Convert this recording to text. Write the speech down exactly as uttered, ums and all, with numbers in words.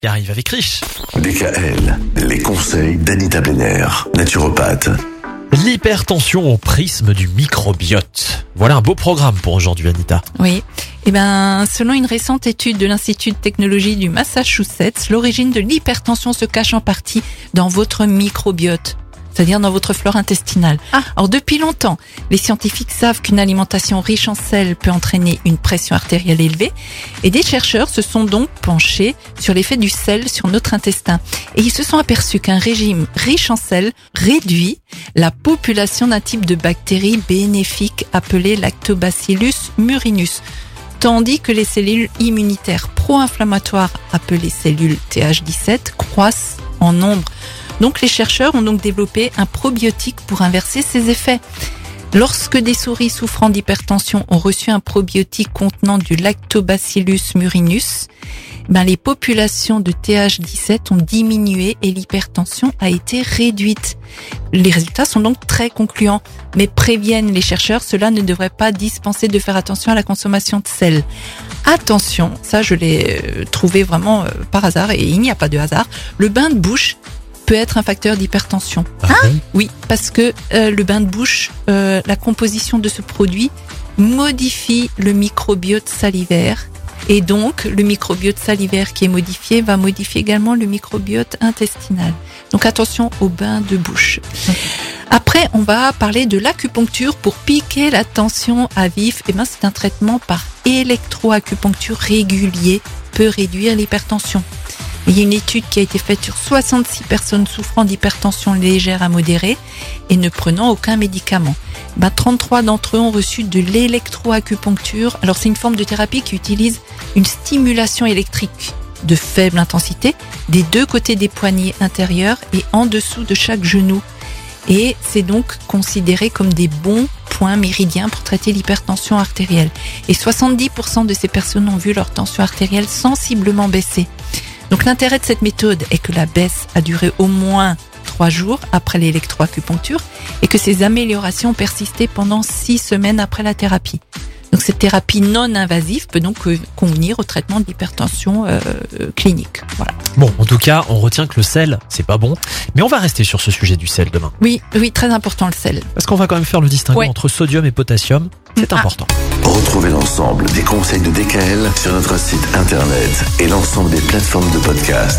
qui arrive avec Rich. D K L, les conseils d'Anita Benner, naturopathe. L'hypertension au prisme du microbiote. Voilà un beau programme pour aujourd'hui, Anita. Oui. Eh ben, selon une récente étude de l'Institut de technologie du Massachusetts, l'origine de l'hypertension se cache en partie dans votre microbiote, c'est-à-dire dans votre flore intestinale. Ah. Alors depuis longtemps, les scientifiques savent qu'une alimentation riche en sel peut entraîner une pression artérielle élevée, et des chercheurs se sont donc penchés sur l'effet du sel sur notre intestin. Et ils se sont aperçus qu'un régime riche en sel réduit la population d'un type de bactérie bénéfique appelé Lactobacillus murinus, tandis que les cellules immunitaires pro-inflammatoires appelées cellules T H dix-sept croissent en nombre. Donc les chercheurs ont donc développé un probiotique pour inverser ces effets. Lorsque des souris souffrant d'hypertension ont reçu un probiotique contenant du Lactobacillus murinus, ben les populations de T H dix-sept ont diminué et l'hypertension a été réduite. Les résultats sont donc très concluants, mais préviennent les chercheurs, cela ne devrait pas dispenser de faire attention à la consommation de sel. Attention, ça je l'ai trouvé vraiment par hasard, et il n'y a pas de hasard, le bain de bouche peut être un facteur d'hypertension. Ah bon ? Oui, parce que euh, le bain de bouche, euh, la composition de ce produit modifie le microbiote salivaire. Et donc, le microbiote salivaire qui est modifié va modifier également le microbiote intestinal. Donc attention au bain de bouche. Après, on va parler de l'acupuncture pour piquer la tension à vif. Et ben, c'est un traitement par électroacupuncture régulier peut réduire l'hypertension. Il y a une étude qui a été faite sur soixante-six personnes souffrant d'hypertension légère à modérée et ne prenant aucun médicament. Ben, trente-trois d'entre eux ont reçu de l'électroacupuncture. Alors c'est une forme de thérapie qui utilise une stimulation électrique de faible intensité des deux côtés des poignets intérieurs et en dessous de chaque genou. Et c'est donc considéré comme des bons points méridiens pour traiter l'hypertension artérielle. Et soixante-dix pour cent de ces personnes ont vu leur tension artérielle sensiblement baisser. Donc l'intérêt de cette méthode est que la baisse a duré au moins trois jours après l'électroacupuncture et que ces améliorations persistaient pendant six semaines après la thérapie. Donc cette thérapie non invasive peut donc convenir au traitement de l'hypertension euh, clinique. Voilà. Bon, en tout cas, on retient que le sel, c'est pas bon. Mais on va rester sur ce sujet du sel demain. Oui, oui, très important le sel. Parce qu'on va quand même faire le distinguo ouais. entre sodium et potassium. C'est ah. important. Retrouvez l'ensemble des conseils de D K L sur notre site internet et l'ensemble des plateformes de podcast.